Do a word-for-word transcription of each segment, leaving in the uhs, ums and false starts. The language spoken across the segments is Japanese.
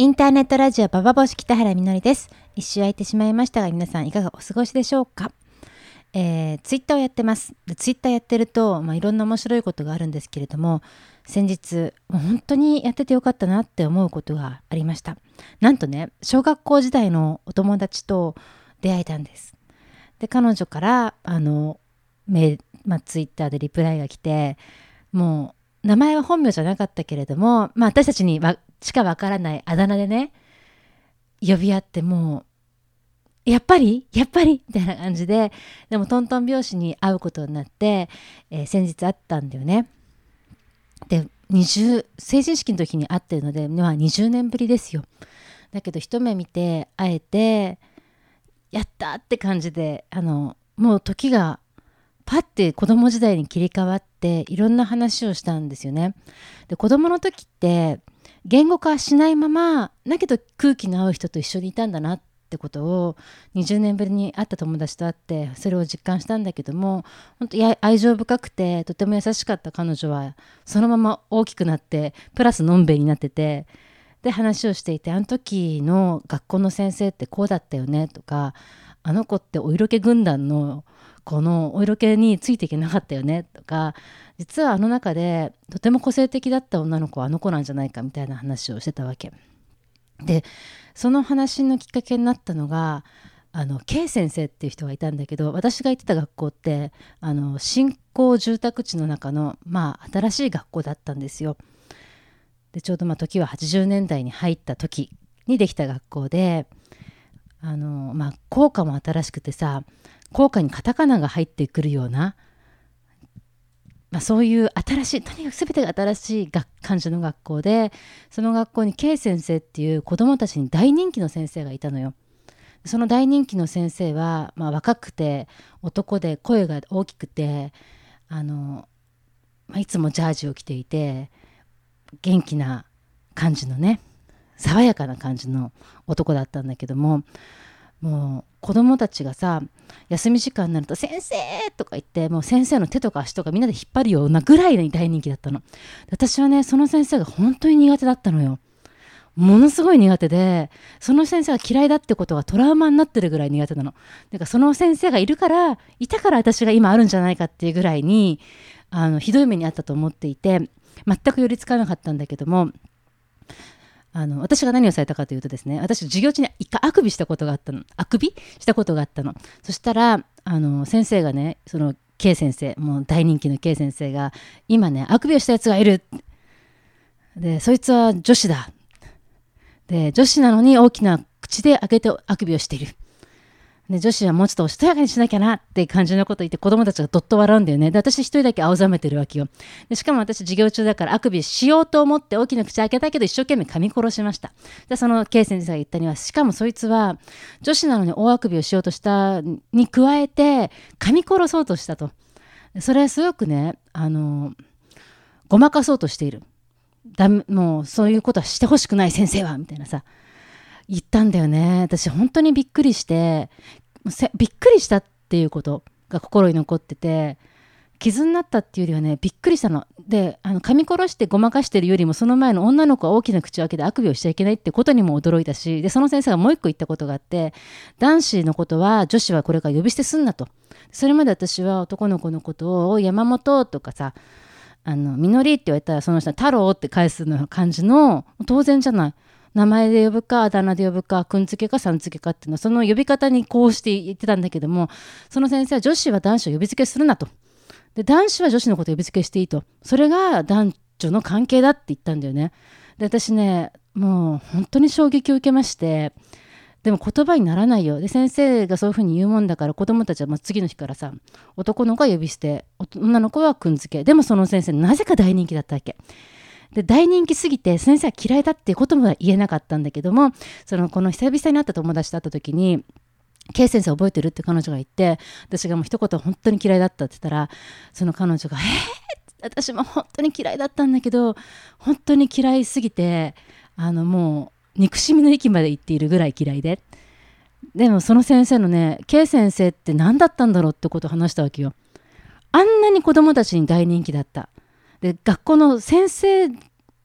インターネットラジオババボシ北原みのりです。一周空いてしまいましたが、皆さんいかがお過ごしでしょうか。えー、ツイッターをやってます。でツイッターやってると、まあ、いろんな面白いことがあるんですけれども、先日もう本当にやっててよかったなって思うことがありました。なんとね、小学校時代のお友達と出会えたんです。で彼女からあのメ、まあ、ツイッターでリプライが来て、もう名前は本名じゃなかったけれども、まあ、私たちにはしかわからないあだ名でね呼び合って、もうやっぱりやっぱりみたいな感じで、でもトントン拍子に会うことになって、えー、先日会ったんだよね。でにじゅう成人式の時に会ってるので、まあ、にじゅうねんぶりですよ。だけど一目見て会えてやったって感じで、あのもう時がパッて子供時代に切り替わっていろんな話をしたんですよね。で子供の時って言語化しないままだけど空気の合う人と一緒にいたんだなってことをにじゅうねんぶりに会った友達と会ってそれを実感したんだけども、本当に愛情深くてとても優しかった彼女はそのまま大きくなってプラスのんべいになってて、で話をしていて、あの時の学校の先生ってこうだったよねとか、あの子ってお色気軍団のこのお色気についていけなかったよねとか、実はあの中でとても個性的だった女の子はあの子なんじゃないかみたいな話をしてたわけで、その話のきっかけになったのがあの K 先生っていう人がいたんだけど、私が行ってた学校ってあの新興住宅地の中の、まあ、新しい学校だったんですよ。でちょうどまあ時ははちじゅうねんだいに入った時にできた学校で、あの、まあ、校歌も新しくてさ、校歌にカタカナが入ってくるような、まあ、そういう新しい、とにかく全てが新しい感じの学校で、その学校に K 先生っていう子どもたちに大人気の先生がいたのよ。その大人気の先生は、まあ、若くて男で声が大きくて、あの、まあ、いつもジャージを着ていて元気な感じのね、爽やかな感じの男だったんだけども、もう子供たちがさ休み時間になると先生とか言って、もう先生の手とか足とかみんなで引っ張るようなぐらいに大人気だったの。私はねその先生が本当に苦手だったのよ。ものすごい苦手で、その先生が嫌いだってことがトラウマになってるぐらい苦手なの。だからその先生がいるからいたから私が今あるんじゃないかっていうぐらいにあのひどい目にあったと思っていて、全く寄りつかなかったんだけども、あの私が何をされたかというとですね、私授業中に一回あくびしたことがあったの。あくびしたことがあったの。そしたらあの先生がね、その K 先生、もう大人気の K 先生が、今ねあくびをしたやつがいる。でそいつは女子だ。で女子なのに大きな口で開けてあくびをしている。で女子はもうちょっとおしとやかにしなきゃなって感じのこと言って、子供たちがどっと笑うんだよね。で私一人だけ青ざめてるわけよ。でしかも私授業中だからあくびしようと思って大きな口開けたけど一生懸命噛み殺しました。でその K 先生が言ったには、しかもそいつは女子なのに大あくびをしようとしたに加えて噛み殺そうとしたと。それはすごくね、あのごまかそうとしている。だもうそういうことはしてほしくない先生はみたいなさ言ったんだよね。私本当にびっくりして、びっくりしたっていうことが心に残ってて、傷になったっていうよりはね、びっくりしたので、あの噛み殺してごまかしてるよりも、その前の女の子は大きな口を開けてあくびをしちゃいけないってことにも驚いたし、でその先生がもう一個言ったことがあって、男子のことは女子はこれから呼び捨てすんなと。それまで私は男の子のことを山本とかさ、あのみのりって言われたらその人は太郎って返すの感じの、当然じゃない、名前で呼ぶかあだ名で呼ぶかくんつけかさんつけかっていうのはその呼び方にこうして言ってたんだけども、その先生は女子は男子を呼びつけするなと。で男子は女子のことを呼びつけしていいと。それが男女の関係だって言ったんだよね。で私ねもう本当に衝撃を受けまして、でも言葉にならないよ。で先生がそういうふうに言うもんだから、子供たちはまあ次の日からさ、男の子は呼び捨て、女の子はくんつけ。でもその先生なぜか大人気だったわけで、大人気すぎて先生は嫌いだっていうことも言えなかったんだけども、そのこの久々に会った友達と会った時に K 先生覚えてるって彼女が言って、私がもう一言本当に嫌いだったって言ったら、その彼女がえー、私も本当に嫌いだったんだけど、本当に嫌いすぎてあのもう憎しみの域まで行っているぐらい嫌いで、でもその先生のね K 先生って何だったんだろうってことを話したわけよ。あんなに子供たちに大人気だった。で学校の先生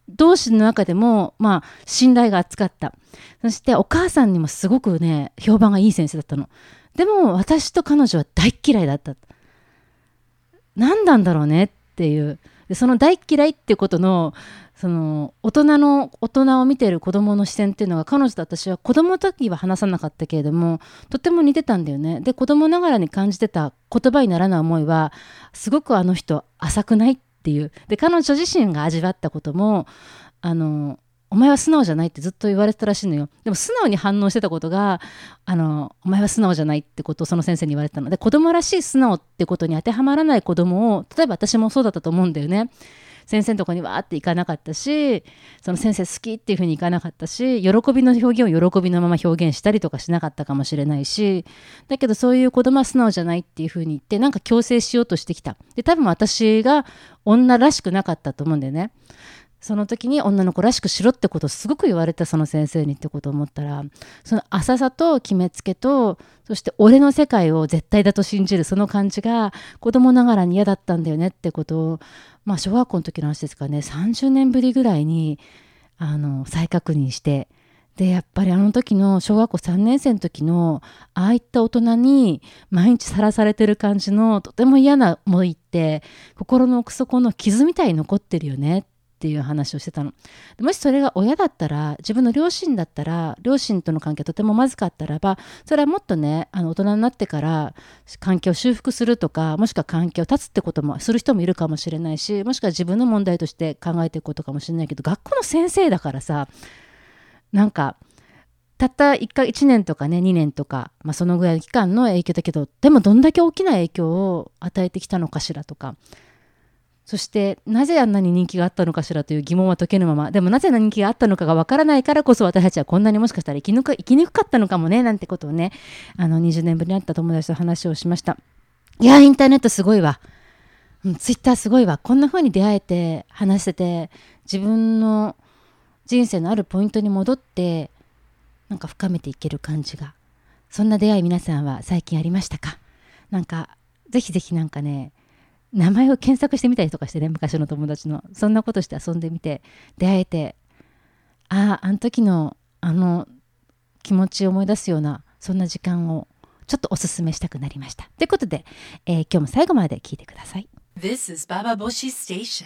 同士の中でも、まあ、信頼が厚かった。そしてお母さんにもすごくね、評判がいい先生だったの。でも私と彼女は大嫌いだった。何なんだろうねっていう。でその大嫌いっていうことの、その大人の大人を見ている子供の視線っていうのが、彼女と私は子供の時は話さなかったけれどもとても似てたんだよね。で子供ながらに感じてた言葉にならない思いは、すごくあの人浅くないっていう。で彼女自身が味わったことも、あのお前は素直じゃないってずっと言われてたらしいのよ。でも素直に反応してたことが、あのお前は素直じゃないってことをその先生に言われたので、子供らしい素直ってことに当てはまらない子供を、例えば私もそうだったと思うんだよね。先生のとこにわーって行かなかったし、その先生好きっていうふうに行かなかったし、喜びの表現を喜びのまま表現したりとかしなかったかもしれないし、だけどそういう子供は素直じゃないっていうふうに言って、なんか強制しようとしてきた。で多分私が女らしくなかったと思うんだよね。その時に女の子らしくしろってことをすごく言われた、その先生にってことを思ったら、その浅さと決めつけと、そして俺の世界を絶対だと信じるその感じが子供ながらに嫌だったんだよねってことを、まあ小学校の時の話ですからね、さんじゅうねんぶりぐらいにあの再確認して、でやっぱりあの時の小学校さんねん生の時のああいった大人に毎日さらされてる感じのとても嫌な思いって、心の奥底の傷みたいに残ってるよねっていう話をしてたの。もしそれが親だったら、自分の両親だったら、両親との関係がとてもまずかったらば、それはもっとね、あの大人になってから関係を修復するとか、もしくは関係を断つってこともする人もいるかもしれないし、もしくは自分の問題として考えていくことかもしれないけど、学校の先生だからさ、なんかたったいっかいいちねんとかねにねんとか、まあ、そのぐらいの期間の影響だけど、でもどんだけ大きな影響を与えてきたのかしらとか、そしてなぜあんなに人気があったのかしらという疑問は解けぬまま、でもなぜ人気があったのかがわからないからこそ、私たちはこんなにもしかしたら生きぬく、生きにくかったのかもね、なんてことをね、あのにじゅうねんぶりに会った友達と話をしました。いやインターネットすごいわ、うん、ツイッターすごいわ。こんな風に出会えて話せて、自分の人生のあるポイントに戻ってなんか深めていける感じが、そんな出会い皆さんは最近ありましたか？なんかぜひぜひなんかね、名前を検索してみたりとかしてね、昔の友達のそんなことして遊んでみて出会えて、あああの時のあの気持ちを思い出すような、そんな時間をちょっとおすすめしたくなりました。ということで、えー、今日も最後まで聞いてください。 This is Baba Boshi Station。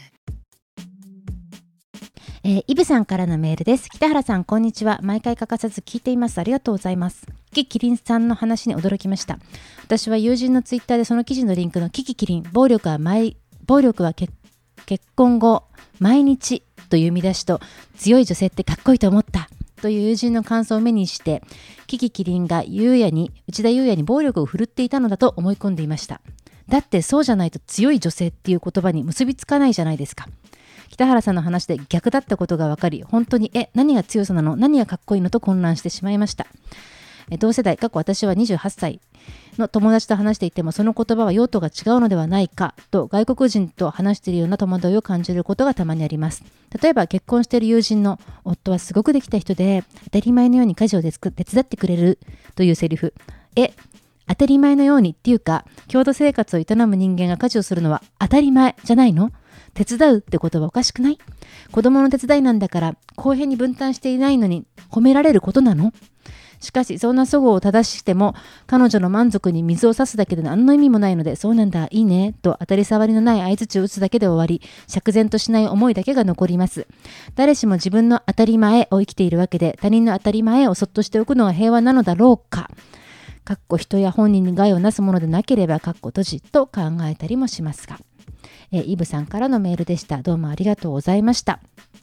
えー、イブさんからのメールです。北原さんこんにちは。毎回欠かさず聞いています。ありがとうございます。キキキリンさんの話に驚きました。私は友人のツイッターでその記事のリンクのキキキリン、暴力は毎暴力は結婚後毎日という見出しと、強い女性ってかっこいいと思ったという友人の感想を目にして、キキキリンが優也に内田優也に暴力を振るっていたのだと思い込んでいました。だってそうじゃないと強い女性っていう言葉に結びつかないじゃないですか。北原さんの話で逆だったことが分かり、本当にえ何が強さなの、何がかっこいいのと混乱してしまいました。え同世代、過去私はにじゅうはっさいの友達と話していても、その言葉は用途が違うのではないかと外国人と話しているような戸惑いを感じることがたまにあります。例えば結婚している友人の夫はすごくできた人で、当たり前のように家事を手伝ってくれるというセリフ、え当たり前のようにっていうか、共同生活を営む人間が家事をするのは当たり前じゃないの？手伝うってことはおかしくない？子供の手伝いなんだから公平に分担していないのに褒められることなの？しかしそんな齟齬を正しても、彼女の満足に水を差すだけで何の意味もないので、そうなんだいいねと当たり障りのない相槌を打つだけで終わり、釈然としない思いだけが残ります。誰しも自分の当たり前を生きているわけで、他人の当たり前をそっとしておくのが平和なのだろうか。かっこ人や本人に害をなすものでなければかっこ閉じと考えたりもしますが、えー、イブさんからのメールでした。どうもありがとうございました。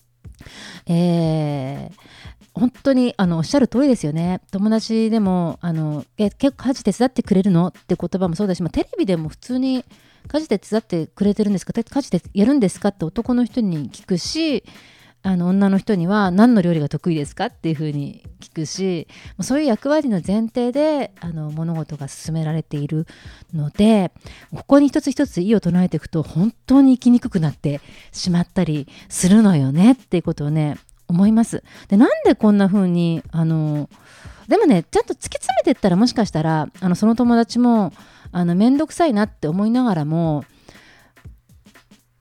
えー、本当にあのおっしゃる通りですよね。友達でもあのえ結構家事手伝ってくれるのって言葉もそうだし、まあ、テレビでも普通に家事手伝ってくれてるんですか、家事でやるんですかって男の人に聞くし、あの女の人には何の料理が得意ですかっていう風に聞くし、そういう役割の前提であの物事が進められているので、ここに一つ一つ異を唱えていくと本当に生きにくくなってしまったりするのよねっていうことをね思います。で、なんでこんな風にあのでもね、ちゃんと突き詰めていったら、もしかしたらあのその友達もあのめんどくさいなって思いながらも、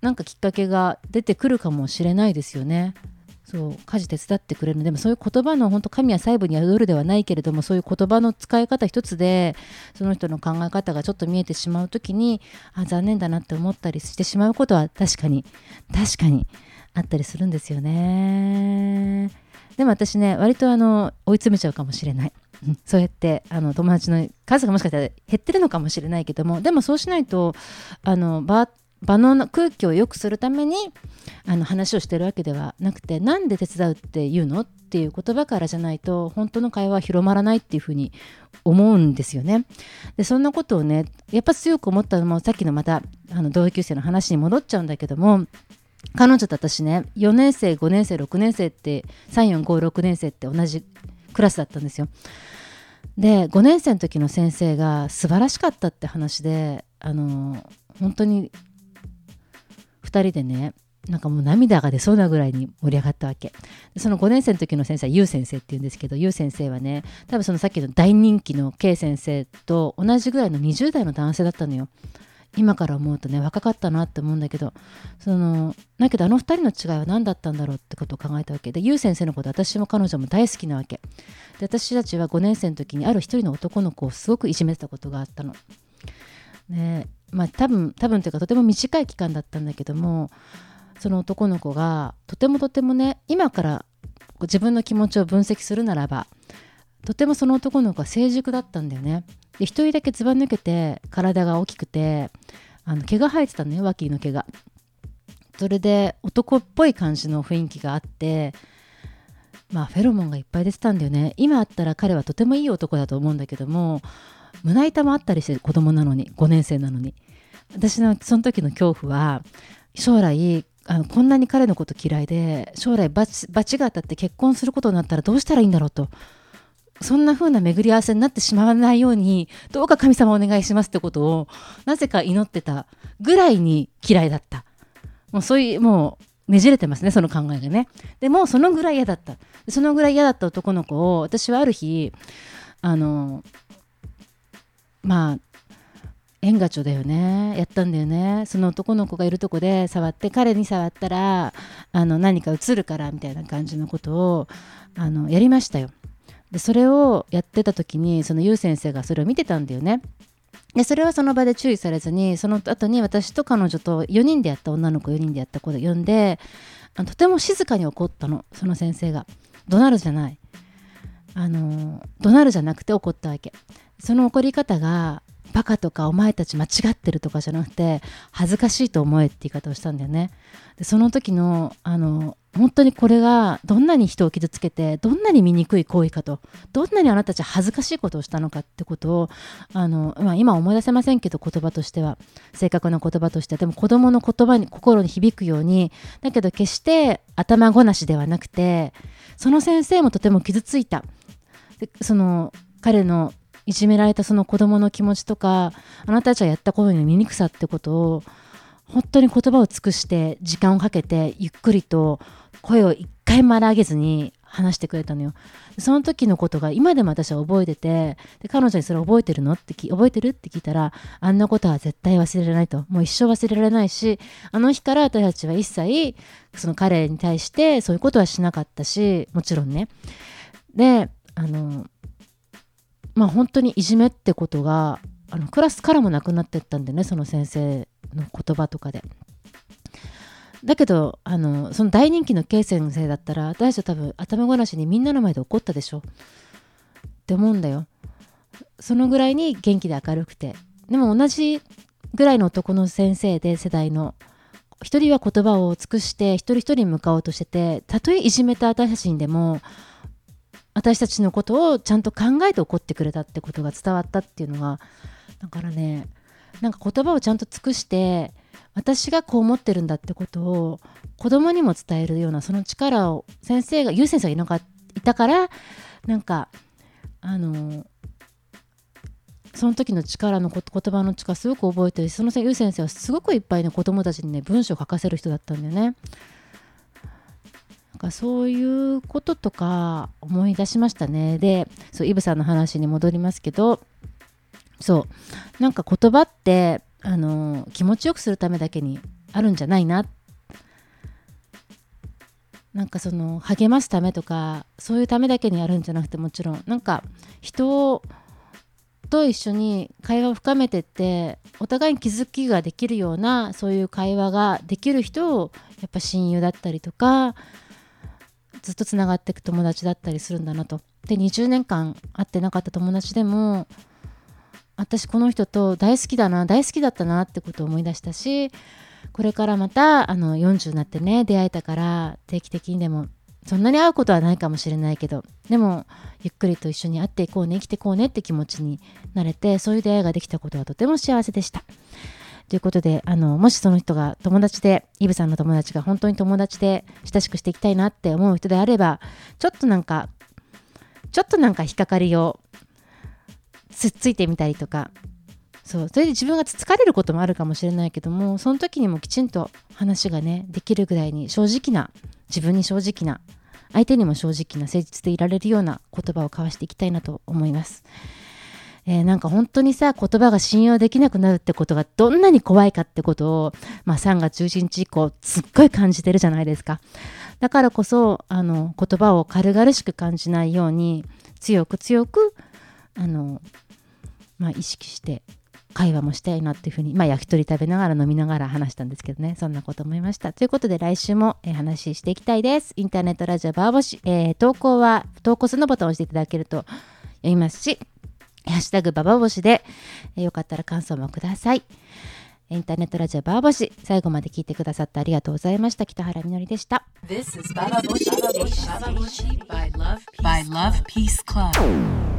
なんかきっかけが出てくるかもしれないですよね。そう家事手伝ってくれるのでもそういう言葉の本当神は細部に宿るではないけれどもそういう言葉の使い方一つでその人の考え方がちょっと見えてしまうときにあ残念だなって思ったりしてしまうことは確かに確かにあったりするんですよね。でも私ね割とあの追い詰めちゃうかもしれないそうやってあの友達の数がもしかしたら減ってるのかもしれないけどもでもそうしないとあの場場の空気を良くするためにあの話をしてるわけではなくてなんで手伝うって言うのっていう言葉からじゃないと本当の会話は広まらないっていうふうに思うんですよね。でそんなことをねやっぱ強く思ったのもさっきのまたあの同級生の話に戻っちゃうんだけども彼女と私ねよねん生ごねん生ろくねん生ってさんよんごろくねん生って同じクラスだったんですよ。でごねん生の時の先生が素晴らしかったって話であの本当にふたりでねなんかもう涙が出そうなぐらいに盛り上がったわけでそのごねん生の時の先生はゆう先生って言うんですけどゆう先生はね多分そのさっきの大人気の K 先生と同じぐらいのにじゅう代の男性だったのよ。今から思うとね若かったなって思うんだけどそのだけどあのふたりの違いは何だったんだろうってことを考えたわけでゆう先生のこと私も彼女も大好きなわけで私たちはごねん生の時にある一人の男の子をすごくいじめてたことがあったのね。まあ多分多分というかとても短い期間だったんだけどもその男の子がとてもとてもね今から自分の気持ちを分析するならばとてもその男の子は成熟だったんだよね。で一人だけずば抜けて体が大きくてあの毛が生えてたのよ脇の毛が。それで男っぽい感じの雰囲気があってまあフェロモンがいっぱい出てたんだよね。今あったら彼はとてもいい男だと思うんだけども胸板もあったりして子供なのにごねん生なのに私のその時の恐怖は将来あのこんなに彼のこと嫌いで将来バチ、バチが当たって結婚することになったらどうしたらいいんだろうとそんな風な巡り合わせになってしまわないようにどうか神様お願いしますってことをなぜか祈ってたぐらいに嫌いだった。もうそういうもうねじれてますねその考えがね。でもそのぐらい嫌だったそのぐらい嫌だった男の子を私はある日あのまあ縁ガチョだよねやったんだよね。その男の子がいるとこで触って彼に触ったらあの何か映るからみたいな感じのことをあのやりましたよ。でそれをやってた時にそのゆう先生がそれを見てたんだよね。でそれはその場で注意されずにその後に私と彼女とよにんでやった女の子よにんでやった子を呼んであのとても静かに怒ったのその先生が。怒鳴るじゃないあの怒鳴るじゃなくて怒ったわけ。その怒り方がバカとかお前たち間違ってるとかじゃなくて恥ずかしいと思えって言い方をしたんだよね。でその時のあの本当にこれがどんなに人を傷つけてどんなに醜い行為かとどんなにあなたたち恥ずかしいことをしたのかってことをあの、まあ、今思い出せませんけど言葉としては正確な言葉としてはでも子供の言葉に心に響くようにだけど決して頭ごなしではなくてその先生もとても傷ついた。でその彼のいじめられたその子供の気持ちとかあなたたちはやったことの醜さってことを本当に言葉を尽くして時間をかけてゆっくりと声を一回も荒げずに話してくれたのよ。その時のことが今でも私は覚えててで彼女にそれ覚えてるのって覚えてるって聞いたらあんなことは絶対忘れられないともう一生忘れられないしあの日から私たちは一切その彼に対してそういうことはしなかったしもちろんねであのまあ本当にいじめってことがあのクラスからもなくなってったんでねその先生の言葉とかで。だけどあのその大人気の K 先生だったら私は多分頭ごなしにみんなの前で怒ったでしょって思うんだよ。そのぐらいに元気で明るくてでも同じぐらいの男の先生で世代の一人は言葉を尽くして一人一人に向かおうとしててたとえいじめた私たちにでも私たちのことをちゃんと考えて怒ってくれたってことが伝わったっていうのがだからねなんか言葉をちゃんと尽くして私がこう思ってるんだってことを子供にも伝えるようなその力を先生がゆう先生がいなかいたからなんかあのその時の力の言葉の力すごく覚えてるしそのゆう先生はすごくいっぱいね子供たちにね文章を書かせる人だったんだよね。なんかそういうこととか思い出しましたね。でそうイブさんの話に戻りますけどそうなんか言葉ってあの気持ちよくするためだけにあるんじゃないな。なんかその励ますためとかそういうためだけにやるんじゃなくて、もちろんなんか人と一緒に会話を深めてってお互いに気づきができるようなそういう会話ができる人をやっぱ親友だったりとかずっとつながっていく友達だったりするんだなと。でにじゅうねんかん会ってなかった友達でも私この人と大好きだな大好きだったなってことを思い出したし、これからまたあのよんじゅうになってね出会えたから定期的にでもそんなに会うことはないかもしれないけどでもゆっくりと一緒に会っていこうね生きていこうねって気持ちになれて、そういう出会いができたことはとても幸せでした。ということであのもしその人が友達でイブさんの友達が本当に友達で親しくしていきたいなって思う人であればちょっとなんかちょっとなんか引っかかりをつっついてみたりとか、そうそれで自分がつつかれることもあるかもしれないけどもその時にもきちんと話がねできるぐらいに正直な自分に正直な相手にも正直な誠実でいられるような言葉を交わしていきたいなと思います。えー、なんか本当にさ言葉が信用できなくなるってことがどんなに怖いかってことを、まあ、さんがつじゅういちにち以降すっごい感じてるじゃないですか。だからこそあの言葉を軽々しく感じないように強く強くあの、まあ、意識して会話もしたいなっていうふうに、まあ、焼き鳥食べながら飲みながら話したんですけどね、そんなこと思いました。ということで来週も、えー、話していきたいです。インターネットラジオバーボシ、えー、投稿は投稿するのボタンを押していただけると読みますし、ハッシュタグババボシで、えー、よかったら感想もください。インターネットラジオバーボシ、最後まで聞いてくださってありがとうございました。北原みのりでした。 This is Baba Boshi Station by Love Peace Club.